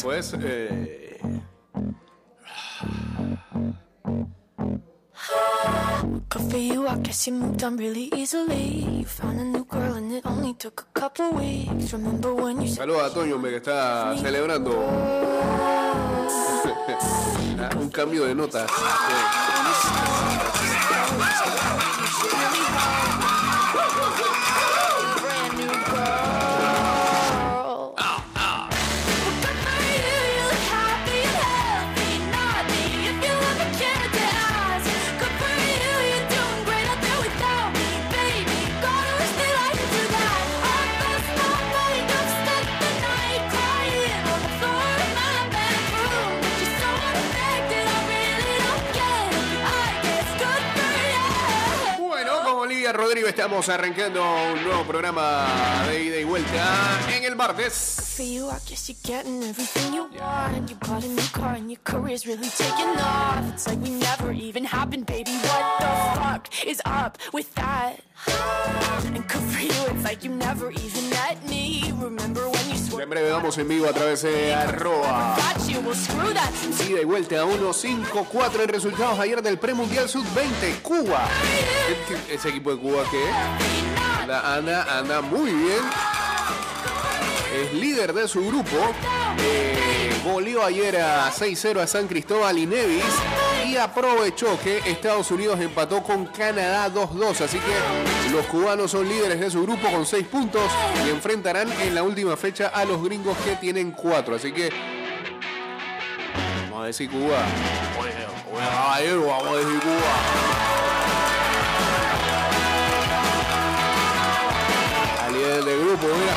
pues. Good for you, I guess you moved on really easily. You found a new girl and it only took a couple weeks. Remember when you said... Saludos a Toño, que está celebrando un cambio de notas. Rodrigo, estamos arrancando un nuevo programa de ida y vuelta en el martes. En breve vamos en vivo a través de @. Ida y vuelta 1-5-4 en resultados ayer del Premundial Sub-20 Cuba. Ese equipo de Cuba que anda muy bien. Es líder de su grupo. Goleó ayer a 6-0 a San Cristóbal y Nevis. Y aprovechó que Estados Unidos empató con Canadá 2-2. Así que los cubanos son líderes de su grupo con 6 puntos. Y enfrentarán en la última fecha a los gringos que tienen 4. Así que vamos a decir Cuba. Vamos a decir Cuba. Líder del grupo, mira.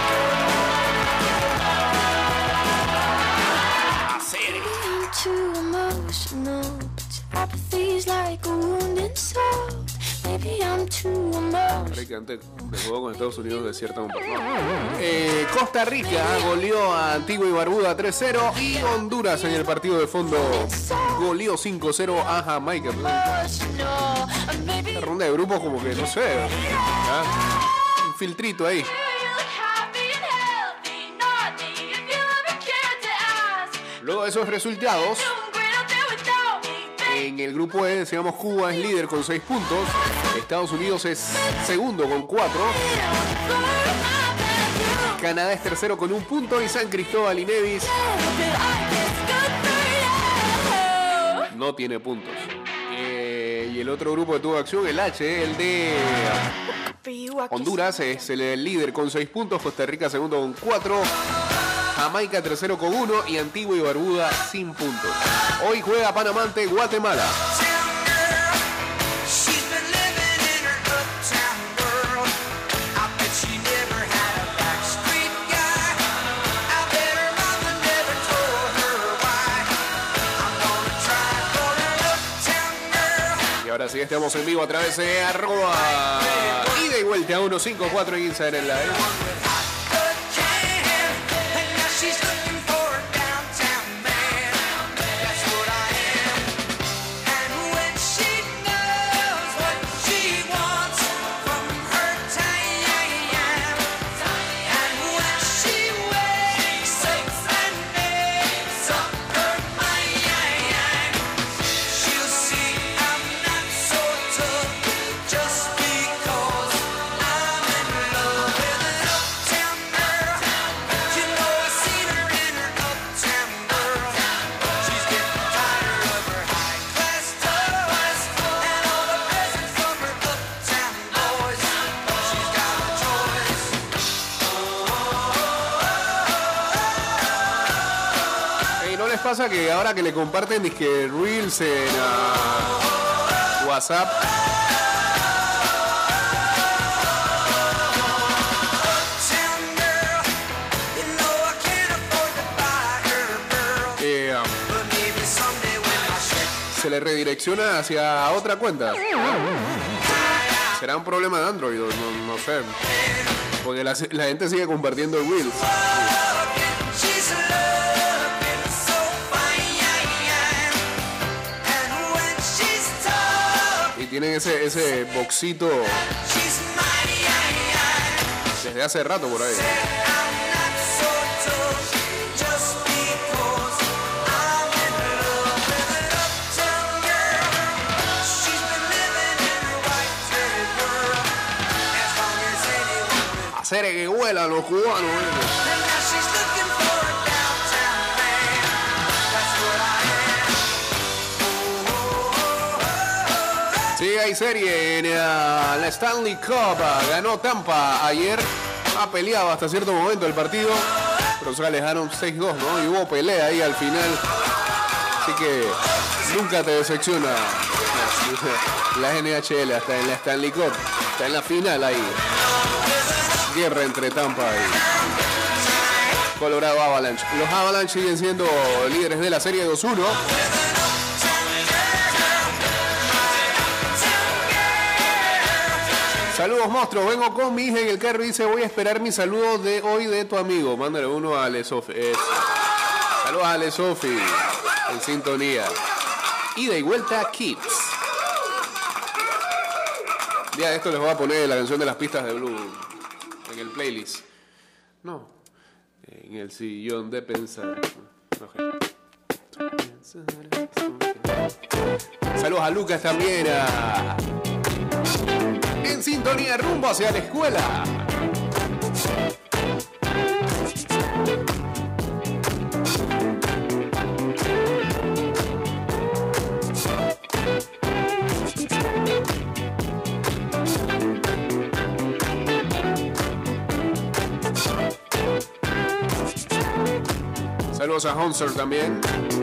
Que antes de juego con Estados Unidos de cierta manera. Costa Rica goleó a Antigua y Barbuda 3-0 y Honduras en el partido de fondo goleó 5-0 a Jamaica. La ronda de grupos como que no sé. Un filtrito ahí. Luego de esos resultados, en el grupo E, decíamos, Cuba es líder con 6 puntos, Estados Unidos es segundo con 4, Canadá es tercero con 1 punto y San Cristóbal y Nevis no tiene puntos. Y el otro grupo que tuvo acción, el H, el de Honduras, es el líder con 6 puntos, Costa Rica segundo con 4, Jamaica tercero con 1 y Antigua y Barbuda sin puntos. Hoy juega Panamá ante Guatemala. Y ahora sí estamos en vivo a través de @ ida y vuelta 154 en Instagram en Live. Pasa que ahora que le comparten disque Reels en WhatsApp, se le redirecciona hacia otra cuenta. ¿Será un problema de Android? No sé. Porque la gente sigue compartiendo Reels. Tienen ese boxito desde hace rato por ahí. hacer que vuelan los cubanos. Sí, hay serie en la Stanley Cup. Ganó Tampa ayer. Ha peleado hasta cierto momento el partido, pero se alejaron 6-2, ¿no? Y hubo pelea ahí al final. Así que nunca te decepciona la NHL, hasta en la Stanley Cup. Está en la final ahí. Guerra entre Tampa y Colorado Avalanche. Los Avalanche siguen siendo líderes de la serie 2-1. Saludos, monstruos. Vengo con mi hija en el carro y dice: voy a esperar mi saludo de hoy de tu amigo. Mándale uno a Ale Sofi. Saludos a Ale Sofi. En sintonía. Ida y vuelta Kids. Ya, esto les voy a poner la canción de las pistas de Blue en el playlist. No. En el sillón de pensar. Saludos a Lucas también. En sintonía, rumbo hacia la escuela. Saludos a Hunter también.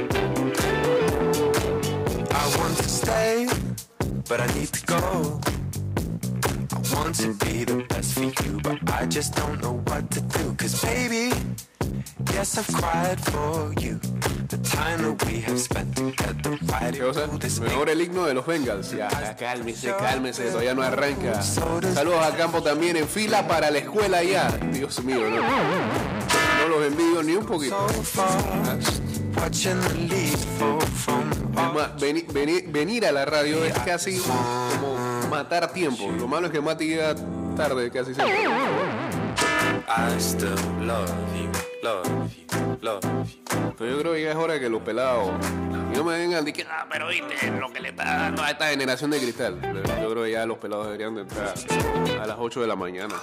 I want to stay, but I need to go. I want to be the best for you, but I just don't know what to do. 'Cause baby, yes, I've cried for you. The time that we have spent together fighting through this. Mejor el himno de los Bengals. Ya, cálmese, cálmese, todavía no arranca. Saludos a Campo también en fila para la escuela ya. Dios mío, no los envidio ni un poquito. Es más, venir a la radio es casi como matar tiempo. Lo malo es que Mati llega tarde casi siempre. I still love you, love you, love you. Pero yo creo que ya es hora de que los pelados no me vengan de que, pero viste lo que le está dando a esta generación de cristal. Yo creo que ya los pelados deberían de entrar a las 8 de la mañana.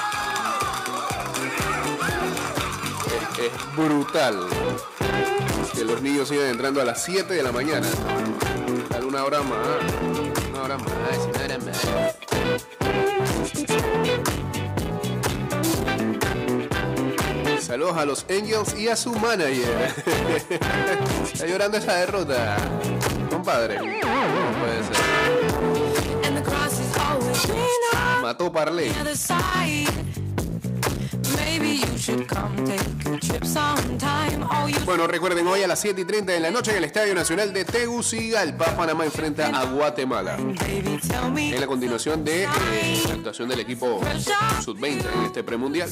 Es brutal que los niños sigan entrando a las 7 de la mañana. Dale una hora más. Una hora más. Una hora más. Saludos a los Angels y a su manager. Está llorando esa derrota, compadre. No puede ser. Mató Parley. Bueno, recuerden, hoy a las 7:30 de la noche en el Estadio Nacional de Tegucigalpa, Panamá enfrenta a Guatemala. En la continuación de la actuación del equipo Sub-20 en este premundial.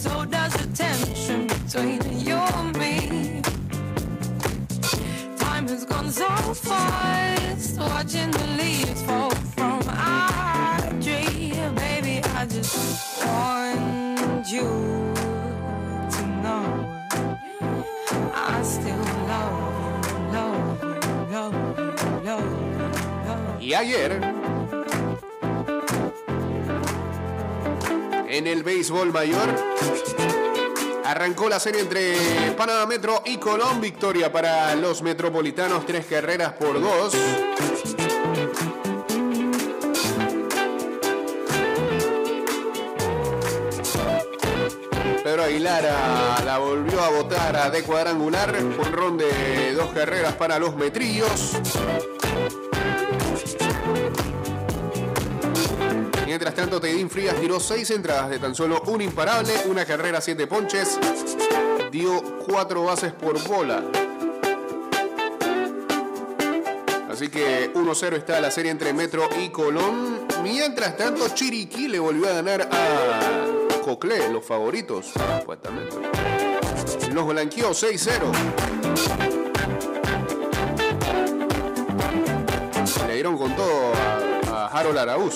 Y ayer, en el béisbol mayor, arrancó la serie entre Panamá Metro y Colón. Victoria para los metropolitanos, 3 carreras por 2. Pedro Aguilar la volvió a botar de cuadrangular, jonrón de 2 carreras para los metrillos. Mientras tanto, Teidín Frías tiró 6 entradas de tan solo un imparable, 1 carrera, 7 ponches, dio 4 bases por bola. Así que 1-0 está la serie entre Metro y Colón. Mientras tanto, Chiriquí le volvió a ganar a Coclé, los favoritos, supuestamente. Los blanqueó 6-0. Le dieron con todo a Harold Araúz,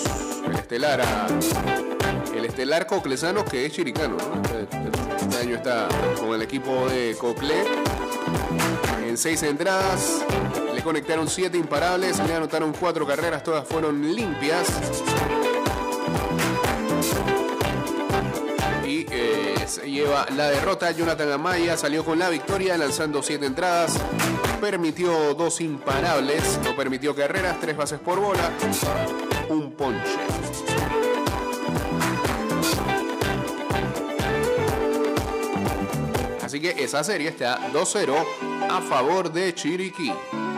el estelar coclesano, que es chiricano, ¿no? Este año está con el equipo de Coclé en 6 entradas. Le conectaron 7 imparables, le anotaron 4 carreras, todas fueron limpias. Y se lleva la derrota. Jonathan Amaya salió con la victoria lanzando 7 entradas. Permitió 2 imparables, no permitió carreras, 3 bases por bola, un ponche. Así que esa serie está 2-0 a favor de Chiriquí.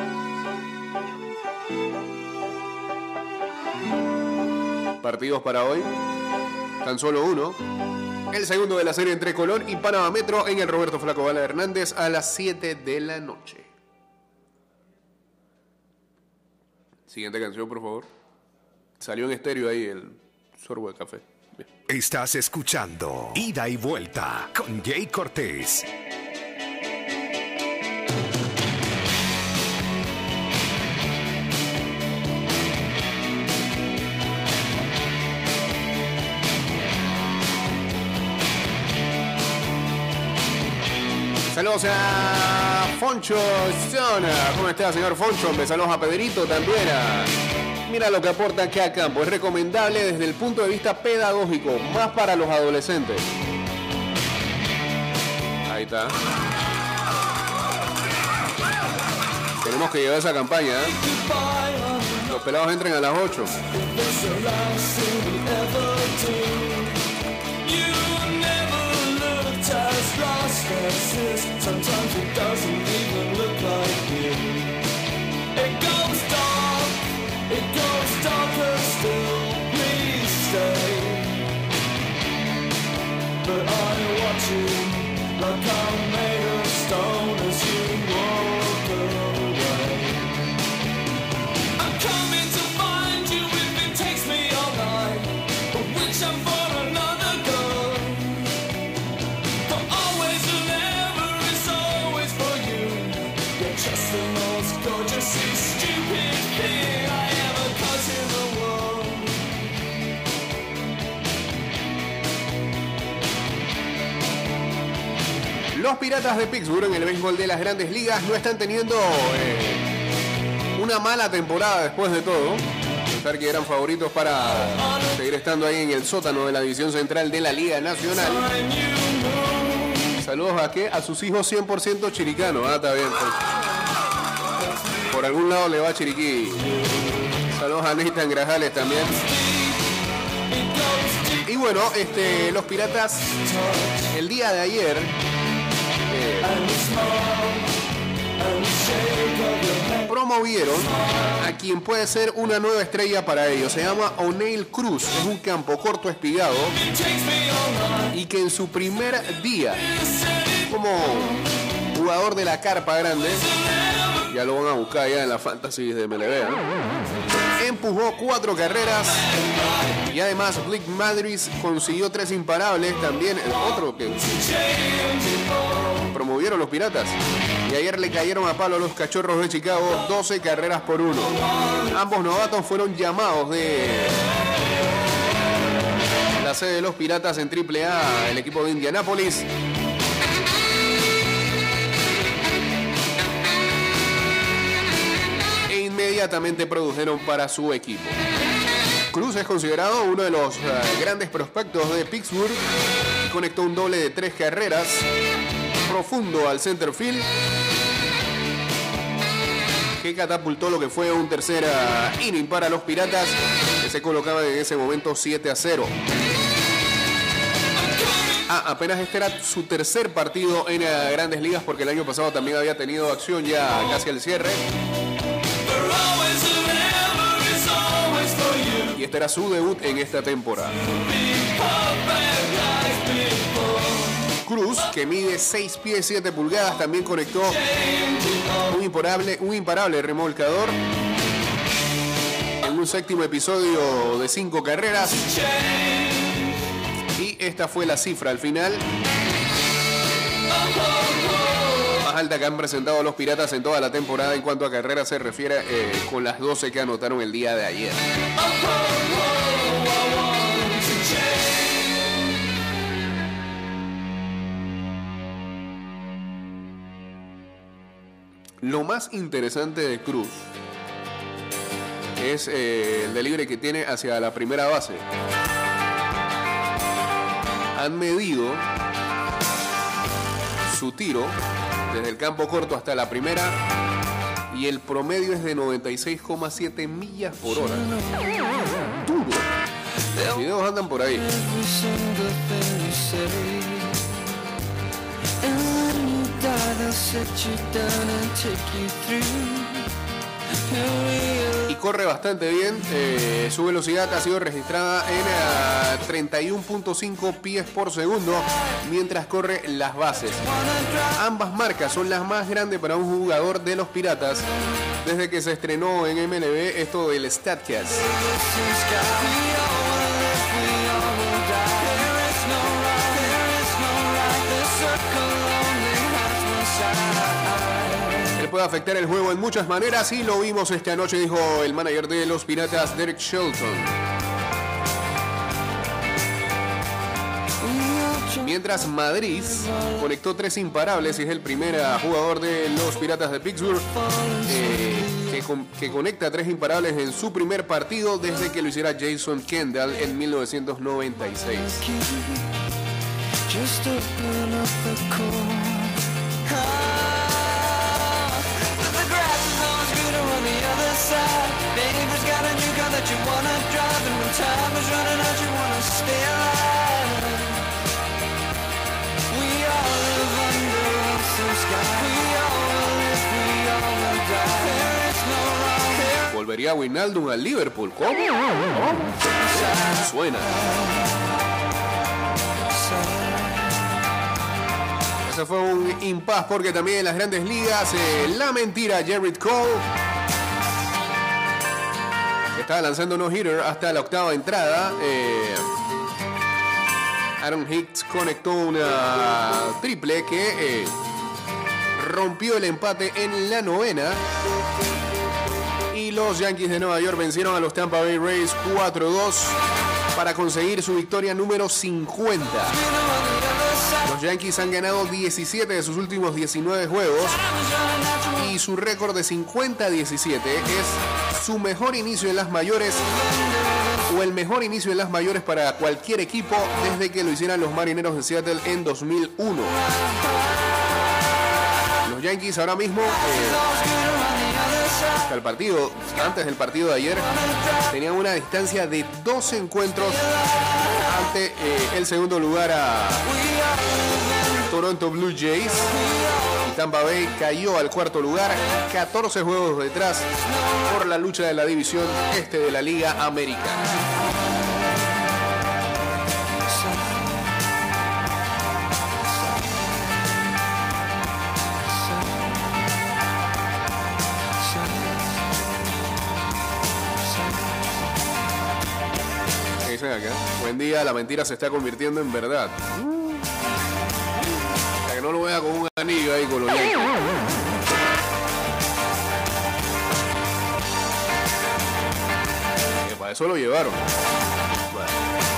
Partidos para hoy, tan solo uno. El segundo de la serie entre Colón y Panamá Metro en el Roberto Flaco Bala Hernández a las 7 de la noche. Siguiente canción, por favor. Salió en estéreo ahí el sorbo de café. Bien. Estás escuchando Ida y Vuelta con Jay Cortés. Saludos a Foncho Zona. ¿Cómo está, señor Foncho? Saludos a Pedrito también. Mira lo que aporta acá a campo. Es recomendable desde el punto de vista pedagógico, más para los adolescentes. Ahí está. Tenemos que llevar esa campaña, ¿eh? Los pelados entren a las 8. Sometimes it doesn't even look like you. It goes darker still, please stay. But I watch you like I'm made of stone as you walk away. I'm coming to find you if it takes me all night, but which I'm for another girl. For always and ever is always for you. You're just the most gorgeous and stupid thing I ever caught in the world. Los Piratas de Pittsburgh en el béisbol de las Grandes Ligas no están teniendo una mala temporada después de todo. Pensar que eran favoritos para seguir estando ahí en el sótano de la división central de la Liga Nacional. Saludos a qué? A sus hijos 100% chiricanos. Ah, está bien. Pues. Por algún lado le va a Chiriquí. Saludos a Nathan Grajales también. Y bueno, los Piratas el día de ayer promovieron a quien puede ser una nueva estrella para ellos. Se llama O'Neil Cruz. Es un campo corto espigado y que en su primer día como jugador de la carpa grande, ya lo van a buscar ya en la fantasy de MLB, empujó 4 carreras y además Blake Madris consiguió 3 imparables. También otro que promovieron los Piratas, y ayer le cayeron a palo a los Cachorros de Chicago 12 carreras por 1. Ambos novatos fueron llamados de la sede de los Piratas en AAA, el equipo de Indianápolis. E inmediatamente produjeron para su equipo. Cruz es considerado uno de los grandes prospectos de Pittsburgh. Conectó un doble de 3 carreras profundo al center field, que catapultó lo que fue un tercer inning para los Piratas, que se colocaban en ese momento 7-0. Apenas este era su tercer partido en Grandes Ligas, porque el año pasado también había tenido acción ya casi al cierre. Y este era su debut en esta temporada. Cruz, que mide 6 pies 7 pulgadas, también conectó un imparable remolcador en un séptimo episodio de 5 carreras. Y esta fue la cifra al final más alta que han presentado los Piratas en toda la temporada en cuanto a carreras se refiere, con las 12 que anotaron el día de ayer. Lo más interesante de Cruz es el delivery que tiene hacia la primera base. Han medido su tiro, desde el campo corto hasta la primera, y el promedio es de 96,7 millas por hora. Duro. Los videos andan por ahí. Y corre bastante bien. Su velocidad ha sido registrada en 31.5 pies por segundo mientras corre las bases. Ambas marcas son las más grandes para un jugador de los Piratas desde que se estrenó en MLB esto del StatCast. Él puede afectar el juego en muchas maneras y lo vimos esta noche, dijo el manager de los Piratas, Derek Shelton. Mientras Madrid conectó 3 imparables y es el primer jugador de los Piratas de Pittsburgh que conecta 3 imparables en su primer partido desde que lo hiciera Jason Kendall en 1996. Volvería Wijnaldum al Liverpool. ¿Cómo? Suena. Ese fue un impas porque también en las grandes ligas la mentira Gerrit Cole estaba lanzando no-hitter hasta la octava entrada. Aaron Hicks conectó una triple que rompió el empate en la novena. Y los Yankees de Nueva York vencieron a los Tampa Bay Rays 4-2 para conseguir su victoria número 50. Los Yankees han ganado 17 de sus últimos 19 juegos y su récord de 50-17 es su mejor inicio en las mayores o el mejor inicio en las mayores para cualquier equipo desde que lo hicieran los Marineros de Seattle en 2001. Los Yankees ahora mismo hasta el partido, antes del partido de ayer, tenían una distancia de 2 encuentros ante el segundo lugar a Toronto Blue Jays. Y Tampa Bay cayó al cuarto lugar, 14 juegos detrás por la lucha de la división este de la Liga Americana. Acá. Buen día, la mentira se está convirtiendo en verdad. Para que no lo vea con un anillo ahí con los Yankees. Que para eso lo llevaron. Bueno.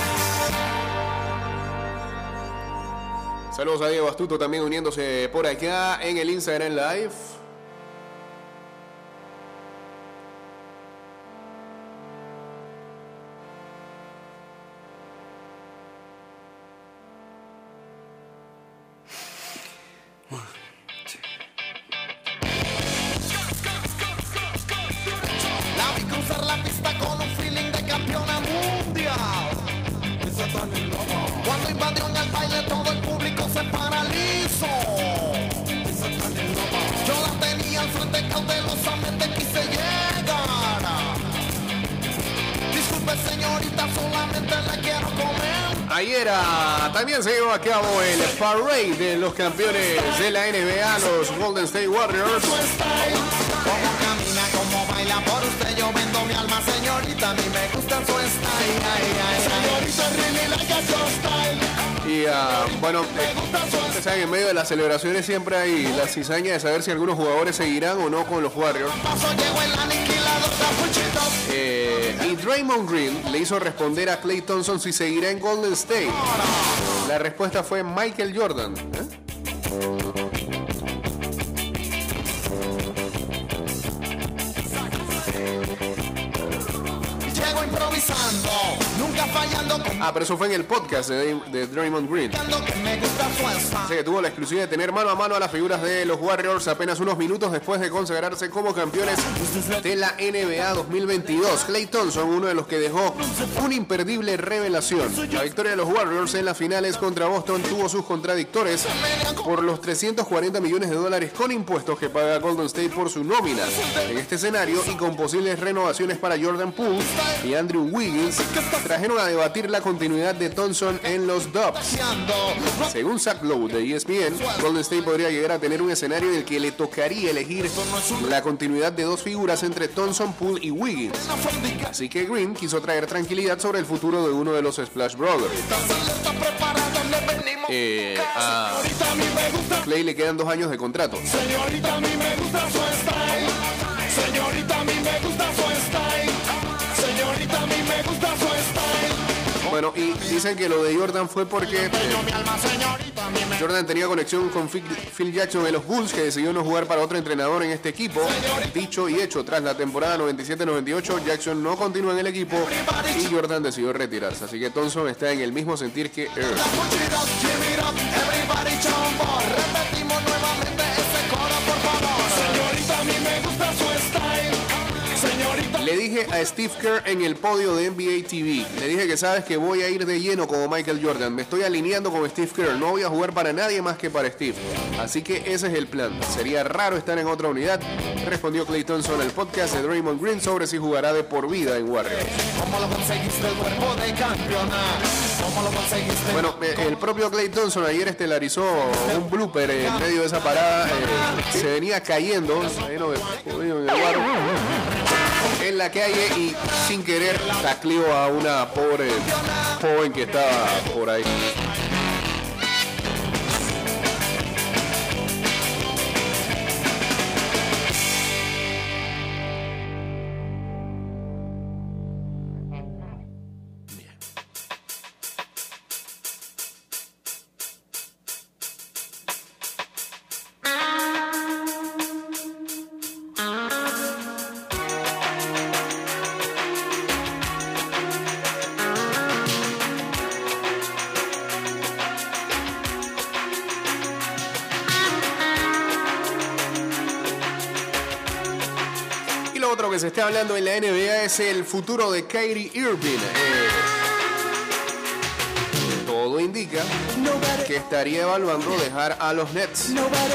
Saludos a Diego Astuto también uniéndose por acá en el Instagram Live. Cuando invadió en el baile todo el público se paralizó. Yo la tenía al frente cautelosamente quise llegar. Disculpe señorita, solamente le quiero comer. Ayer también se llevó a cabo el parade de los campeones de la NBA, los Golden State Warriors. Cómo camina, cómo baila por usted, yo vendo mi alma, señorita, a mí me gusta su style. Señorita, really like a style. Y bueno, ustedes saben, en medio de las celebraciones siempre hay la cizaña de saber si algunos jugadores seguirán o no con los Warriors. Y Draymond Green le hizo responder a Klay Thompson si seguirá en Golden State. La respuesta fue Michael Jordan. Llego improvisando, nunca siga fallando con Pero eso fue en el podcast de Draymond Green. que me gusta su style. Así que tuvo la exclusiva de tener mano a mano a las figuras de los Warriors apenas unos minutos después de consagrarse como campeones de la NBA 2022. Klay Thompson, uno de los que dejó una imperdible revelación. La victoria de los Warriors en las finales contra Boston tuvo sus contradictores por los $340 millones con impuestos que paga Golden State por su nómina. En este escenario y con posibles renovaciones para Jordan Poole y Andrew Wiggins, trajeron a debatir la continuidad de Thompson en los Dubs. Según Zach Lowe de ESPN, Golden State podría llegar a tener un escenario en el que le tocaría elegir la continuidad de dos figuras entre Thompson, Poole y Wiggins. Así que Green quiso traer tranquilidad sobre el futuro de uno de los Splash Brothers. A Klay le quedan 2 años de contrato. Señorita, a mí me gusta su style. Señorita, a mí me gusta su style. Señorita, a mí me gusta su style. Bueno, y dicen que lo de Jordan fue porque Jordan tenía conexión con Phil Jackson de los Bulls, que decidió no jugar para otro entrenador en este equipo. Dicho y hecho, tras la temporada 97-98, Jackson no continúa en el equipo y Jordan decidió retirarse. Así que Thompson está en el mismo sentir que Earl. Repetimos nuevamente ese coro, por favor. Señorita, a mí me gusta su style. Señorita. Le dije a Steve Kerr en el podio de NBA TV, le dije que sabes que voy a ir de lleno como Michael Jordan, me estoy alineando con Steve Kerr, no voy a jugar para nadie más que para Steve, así que ese es el plan, sería raro estar en otra unidad, respondió Klay Thompson al podcast de Draymond Green sobre si jugará de por vida en Warriors. ¿Cómo lo conseguiste el cuerpo de campeona? ¿Cómo lo conseguiste? Bueno, el propio Klay Thompson ayer estelarizó un blooper en medio de esa parada, se venía cayendo en la calle y sin querer tacleó a una pobre joven que estaba por ahí. Otro que se está hablando en la NBA es el futuro de Kyrie Irving. Todo indica que estaría evaluando dejar a los Nets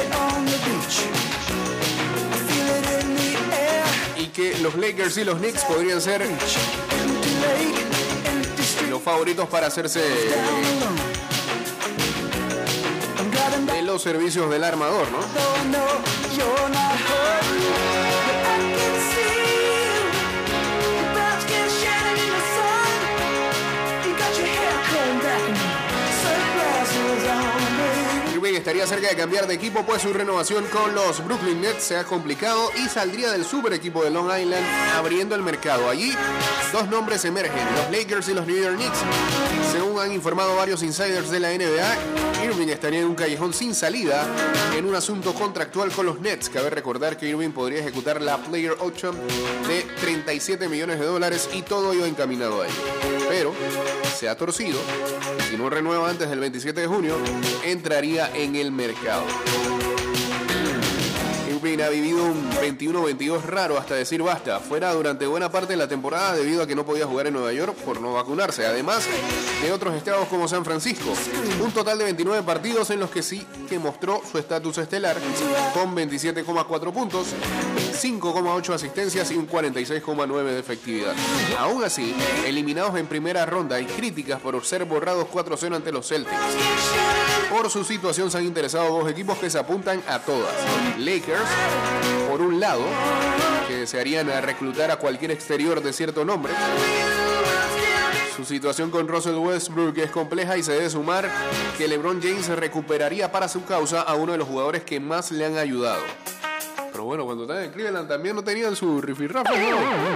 y que los Lakers y los Knicks podrían ser los favoritos para hacerse de los servicios del armador, ¿no? Irving estaría cerca de cambiar de equipo, pues su renovación con los Brooklyn Nets se ha complicado y saldría del super equipo de Long Island abriendo el mercado. Allí 2 nombres emergen, los Lakers y los New York Knicks. Según han informado varios insiders de la NBA, Irving estaría en un callejón sin salida en un asunto contractual con los Nets. Cabe recordar que Irving podría ejecutar la player option de $37 millones y todo iba encaminado a ello. Pero se ha torcido. Si no renueva antes del 27 de junio, entraría en el mercado. Irving ha vivido un 21-22 raro hasta decir basta. Fuera durante buena parte de la temporada debido a que no podía jugar en Nueva York por no vacunarse. Además de otros estados como San Francisco. Un total de 29 partidos en los que sí que mostró su estatus estelar con 27,4 puntos, 5,8 asistencias y un 46,9 de efectividad. Aún así, eliminados en primera ronda y críticas por ser borrados 4-0 ante los Celtics. Por su situación se han interesado 2 equipos que se apuntan a todas. Lakers, por un lado, que desearían reclutar a cualquier exterior de cierto nombre. Su situación con Russell Westbrook es compleja y se debe sumar que LeBron James recuperaría para su causa a uno de los jugadores que más le han ayudado. Pero bueno, cuando estaban en Cleveland también no tenían su rifirrafe, ¿no?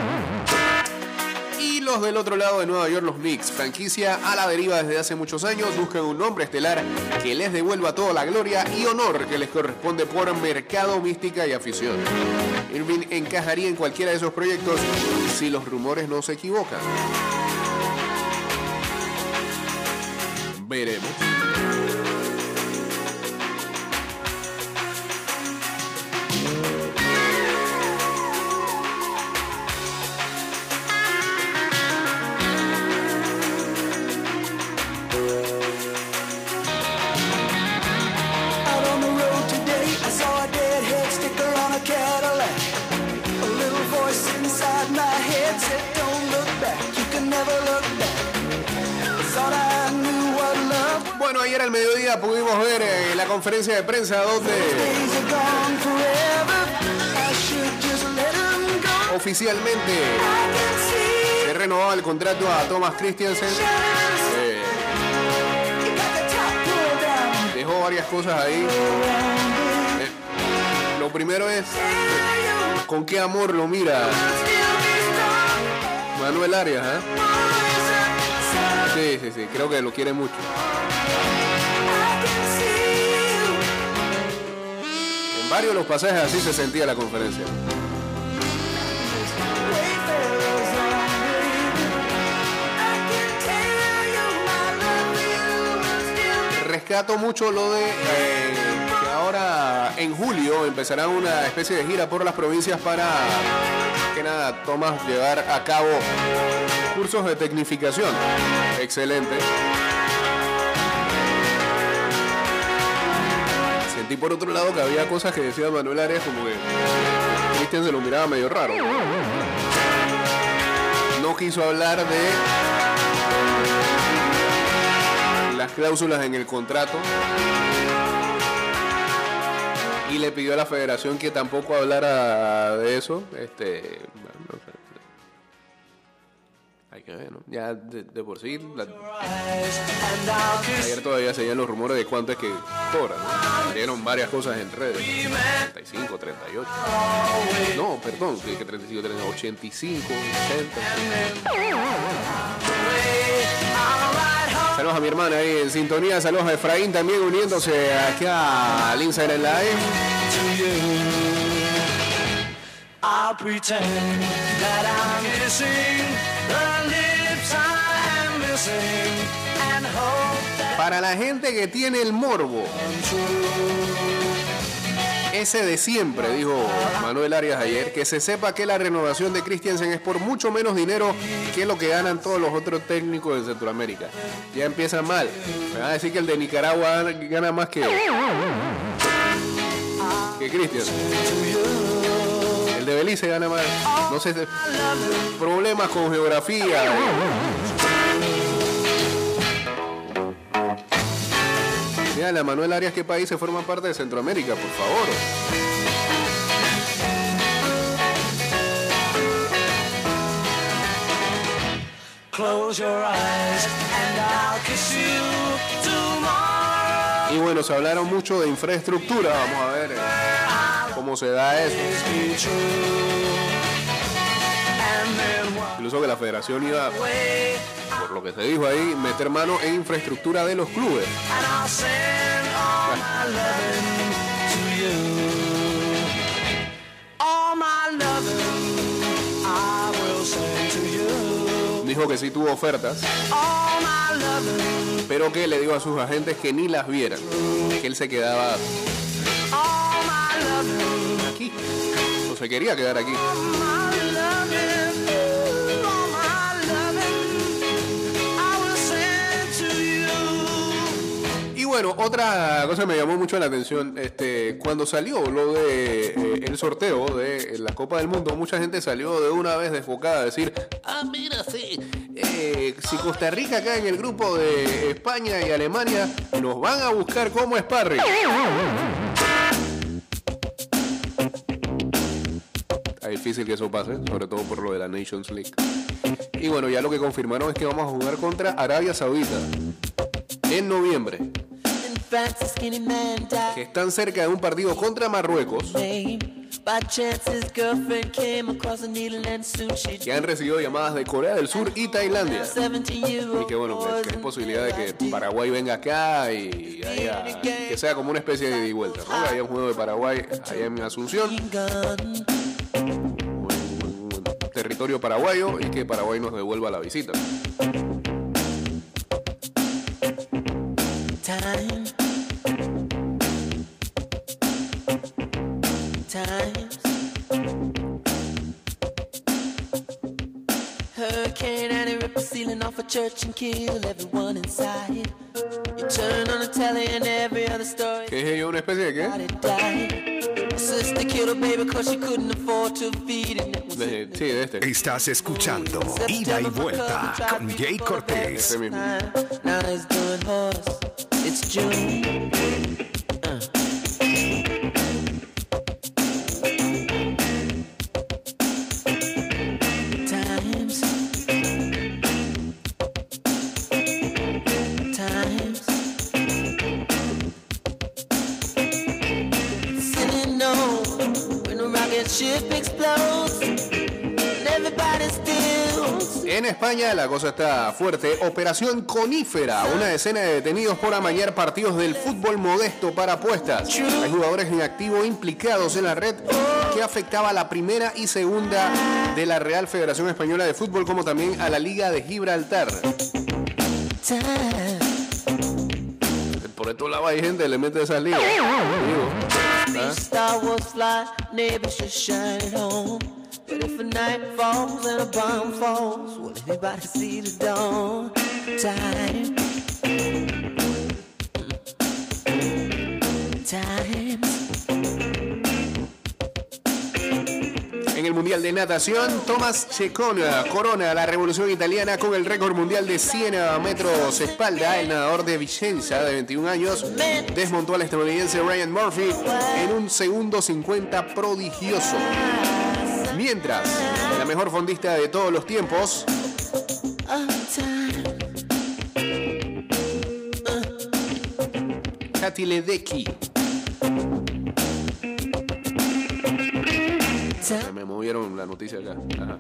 Y los del otro lado de Nueva York, los Knicks, franquicia a la deriva desde hace muchos años, buscan un nombre estelar que les devuelva toda la gloria y honor que les corresponde por mercado, mística y afición. Irving encajaría en cualquiera de esos proyectos si los rumores no se equivocan. Veremos. Out on the road today, I saw a deadhead sticker on a Cadillac. A little voice inside my head said, "Don't look back, you can never look back." Thought I knew what love Bueno, ayer al mediodía pudimos ver la conferencia de prensa donde days are gone forever. I should just let 'em go. oficialmente I can see se renovaba el contrato a Thomas Christiansen. you got the top pulled down. Dejó varias cosas ahí. Lo primero es con qué amor lo mira Manuel Arias, ¿eh? Sí, creo que lo quiere mucho. En varios de los pasajes así se sentía la conferencia. Rescato mucho lo de que ahora en julio empezarán una especie de gira por las provincias para que nada, Tomás, llevar a cabo cursos de tecnificación. Excelente. Sentí por otro lado que había cosas que decía Manuel Arias como que Cristian se lo miraba medio raro. No quiso hablar de las cláusulas en el contrato y le pidió a la federación que tampoco hablara de eso. Bueno, no sé. Hay que ver, ¿no? Ya de por sí ayer todavía se veían los rumores de cuánto es que cobra, ¿no? Salieron varias cosas en redes. 35, 38. No, perdón, que 35, 30, 85, 80. Saludos a mi hermana ahí en sintonía. Saludos a Efraín también uniéndose acá al Instagram Live. I'll pretend that I'm kissing the lips I am missing and hope that Para la gente que tiene el morbo, ese de siempre, dijo Manuel Arias ayer, que se sepa que la renovación de Christiansen es por mucho menos dinero que lo que ganan todos los otros técnicos de Centroamérica. Ya empiezan mal. Me van a decir que el de Nicaragua gana más que Christiansen. El de Belice gana más. No sé, problemas con geografía. Díganle a Manuel Arias qué países forman parte de Centroamérica, por favor. close your eyes and I'll kiss you tomorrow. Y bueno, se hablaron mucho de infraestructura. Vamos a ver cómo se da eso. Incluso que la federación iba, por lo que se dijo ahí, meter mano en infraestructura de los clubes. Dijo que sí tuvo ofertas, pero que le dijo a sus agentes que ni las vieran, que él se quedaba aquí, no se quería quedar aquí. Y bueno, otra cosa que me llamó mucho la atención, cuando salió lo de el sorteo de la Copa del Mundo, mucha gente salió de una vez desfocada a decir, mira, sí, si Costa Rica cae en el grupo de España y Alemania, nos van a buscar como sparring. Es difícil que eso pase, sobre todo por lo de la Nations League. Y bueno, ya lo que confirmaron es que vamos a jugar contra Arabia Saudita en noviembre, que están cerca de un partido contra Marruecos, que han recibido llamadas de Corea del Sur y Tailandia, y que bueno, que hay posibilidad de que Paraguay venga acá y haya, que sea como una especie de ida y vuelta, ¿no? Que haya un juego de Paraguay allá en Asunción, territorio paraguayo, y que Paraguay nos devuelva la visita. Times Hurricane and it rip the ceiling off a church and kill everyone inside. You turn on the telly and every other story. ¿Qué es ello? ¿Una especie de qué? My sister killed her baby cause she couldn't afford to feed it. Sí, de este. Estás escuchando Ida y Vuelta con Jay Cortés. Ese mismo. Now he's doing horse. It's June. En España la cosa está fuerte. Operación Conífera. Una decena de detenidos por amañar partidos del fútbol modesto para apuestas. Hay jugadores en activo implicados en la red que afectaba a la primera y segunda de la Real Federación Española de Fútbol, como también a la Liga de Gibraltar. Por estos lados hay gente que le mete esas ligas. But if a night falls and a bomb falls, will anybody see the dawn? Time. En el Mundial de Natación, Tomás Checona corona la revolución italiana con el récord mundial de 100 metros espalda. El nadador de Vicenza, de 21 años, desmontó al estadounidense Ryan Murphy en un segundo 50 prodigioso. Mientras, la mejor fondista de todos los tiempos, Katy Ledecky. Me movieron la noticia acá. Ajá.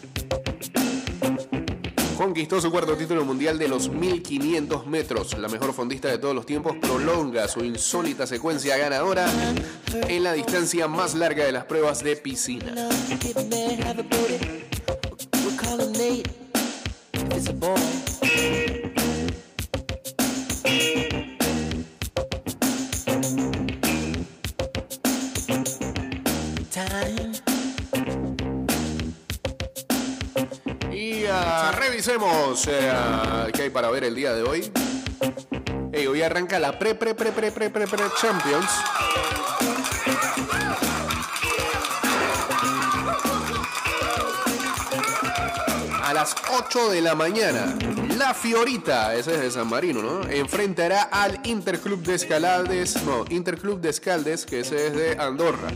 Conquistó su cuarto título mundial de los 1500 metros. La mejor fondista de todos los tiempos prolonga su insólita secuencia ganadora en la distancia más larga de las pruebas de piscina. Revisemos qué hay para ver el día de hoy. Hoy arranca la Champions. A las 8 de la mañana, la Fiorita, ese es de San Marino, ¿no? Enfrentará al Interclub de Escaldes, que ese es de Andorra.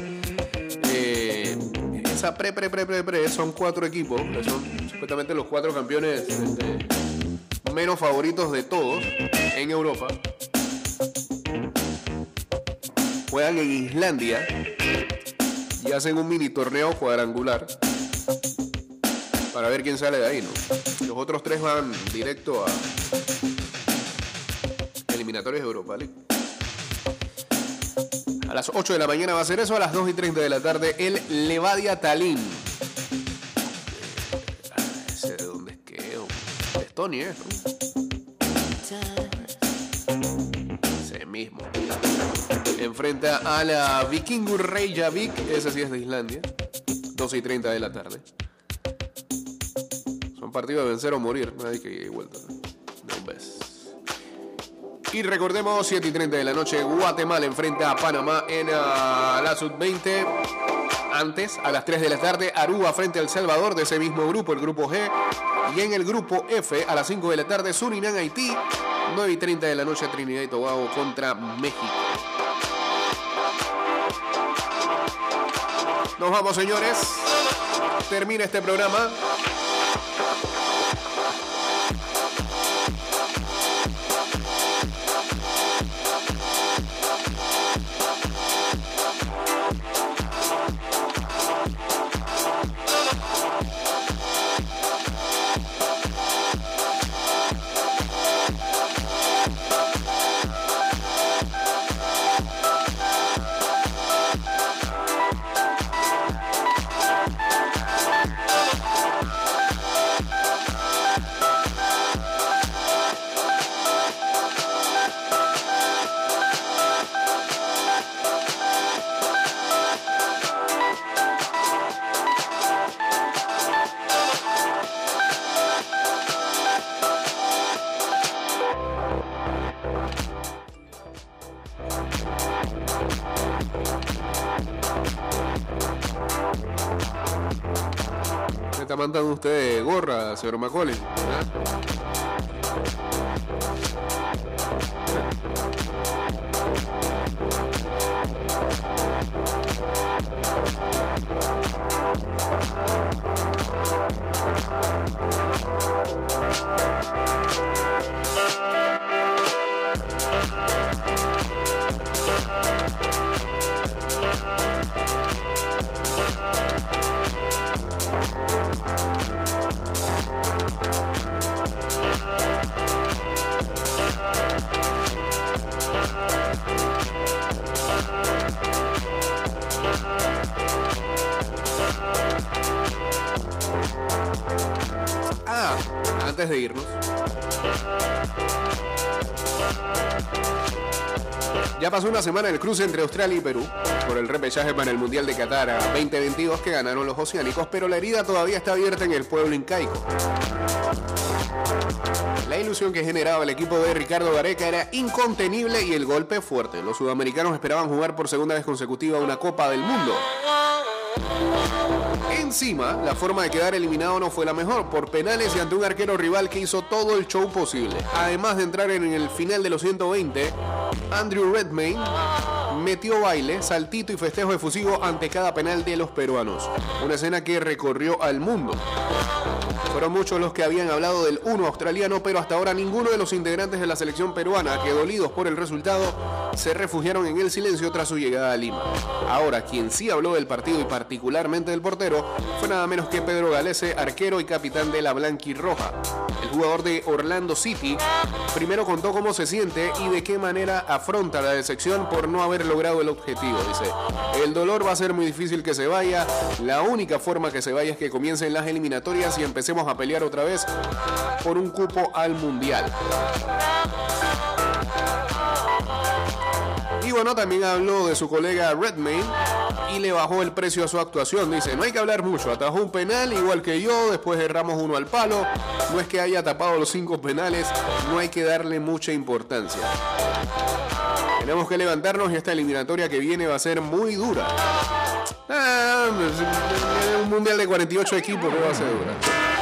Esa son 4 equipos, que son supuestamente los 4 campeones menos favoritos de todos en Europa. Juegan en Islandia y hacen un mini torneo cuadrangular para ver quién sale de ahí, ¿no? Los otros 3 van directo a eliminatorias de Europa League. A las 8 de la mañana va a ser eso. A las 2:30 de la tarde el Levadia Tallinn. ¿Ese de dónde es que es? De Estonia, ¿no? Ese mismo. Enfrenta a la Vikingur Reykjavik. Esa sí es de Islandia. 2:30 de la tarde. Son partidos de vencer o morir. Nadie que llegue vuelta. No ves. Y recordemos, 7:30 de la noche, Guatemala enfrenta a Panamá en la Sub-20. Antes, a las 3 de la tarde, Aruba frente a El Salvador de ese mismo grupo, el grupo G. Y en el grupo F, a las 5 de la tarde, Surinam, Haití. 9:30 de la noche, Trinidad y Tobago contra México. Nos vamos, señores. Termina este programa. está mandando usted gorra, señor Macaulay. Antes de irnos, ya pasó una semana el cruce entre Australia y Perú por el repechaje para el Mundial de Qatar 2022 que ganaron los oceánicos, pero la herida todavía está abierta en el pueblo incaico. La ilusión que generaba el equipo de Ricardo Gareca era incontenible y el golpe fuerte. Los sudamericanos esperaban jugar por segunda vez consecutiva una Copa del Mundo. Encima, la forma de quedar eliminado no fue la mejor, por penales y ante un arquero rival que hizo todo el show posible. Además de entrar en el final de los 120, Andrew Redmayne metió baile, saltito y festejo efusivo ante cada penal de los peruanos. Una escena que recorrió al mundo. Fueron muchos los que habían hablado del 1 australiano, pero hasta ahora ninguno de los integrantes de la selección peruana, que dolidos por el resultado, se refugiaron en el silencio tras su llegada a Lima. Ahora, quien sí habló del partido y particularmente del portero, fue nada menos que Pedro Galese, arquero y capitán de la blanquirroja. El jugador de Orlando City primero contó cómo se siente y de qué manera afronta la decepción por no haber logrado el objetivo. Dice, el dolor va a ser muy difícil que se vaya, la única forma que se vaya es que comiencen las eliminatorias y empecemos a pelear otra vez por un cupo al Mundial. Y bueno, también habló de su colega Redmayne y le bajó el precio a su actuación. Dice, no hay que hablar mucho, atajó un penal igual que yo, después erramos uno al palo, no es que haya tapado los 5 penales, no hay que darle mucha importancia. Tenemos que levantarnos y esta eliminatoria que viene va a ser muy dura. Un mundial de 48 equipos no va a ser dura.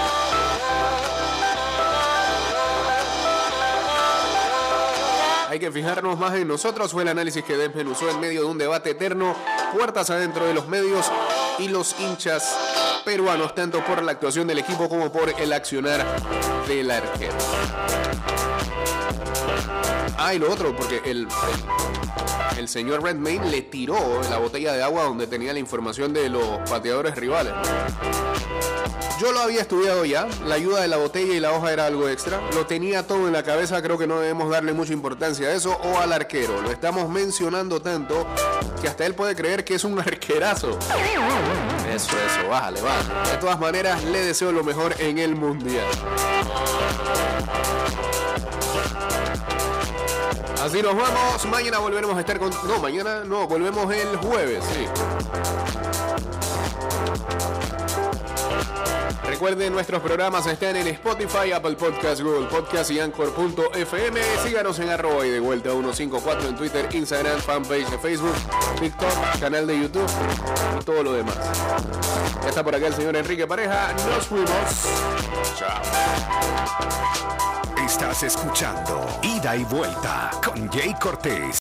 Hay que fijarnos más en nosotros, fue el análisis que desmenuzó en medio de un debate eterno, puertas adentro de los medios y los hinchas peruanos, tanto por la actuación del equipo como por el accionar del arquero. Y lo otro, porque el señor Redmayne le tiró la botella de agua donde tenía la información de los pateadores rivales. Yo lo había estudiado ya, la ayuda de la botella y la hoja era algo extra, lo tenía todo en la cabeza, creo que no debemos darle mucha importancia a eso o al arquero, lo estamos mencionando tanto que hasta él puede creer que es un arquerazo. Eso, bájale. De todas maneras, le deseo lo mejor en el Mundial. Así nos vamos, mañana volveremos a estar con... No, mañana no, volvemos el jueves, sí. Recuerden, nuestros programas están en Spotify, Apple Podcasts, Google Podcasts y Anchor.fm. Síganos en @ y de vuelta 154 en Twitter, Instagram, fanpage de Facebook, TikTok, canal de YouTube y todo lo demás. Ya está por acá el señor Enrique Pareja. Nos fuimos. Chao. Estás escuchando Ida y Vuelta con Jay Cortés.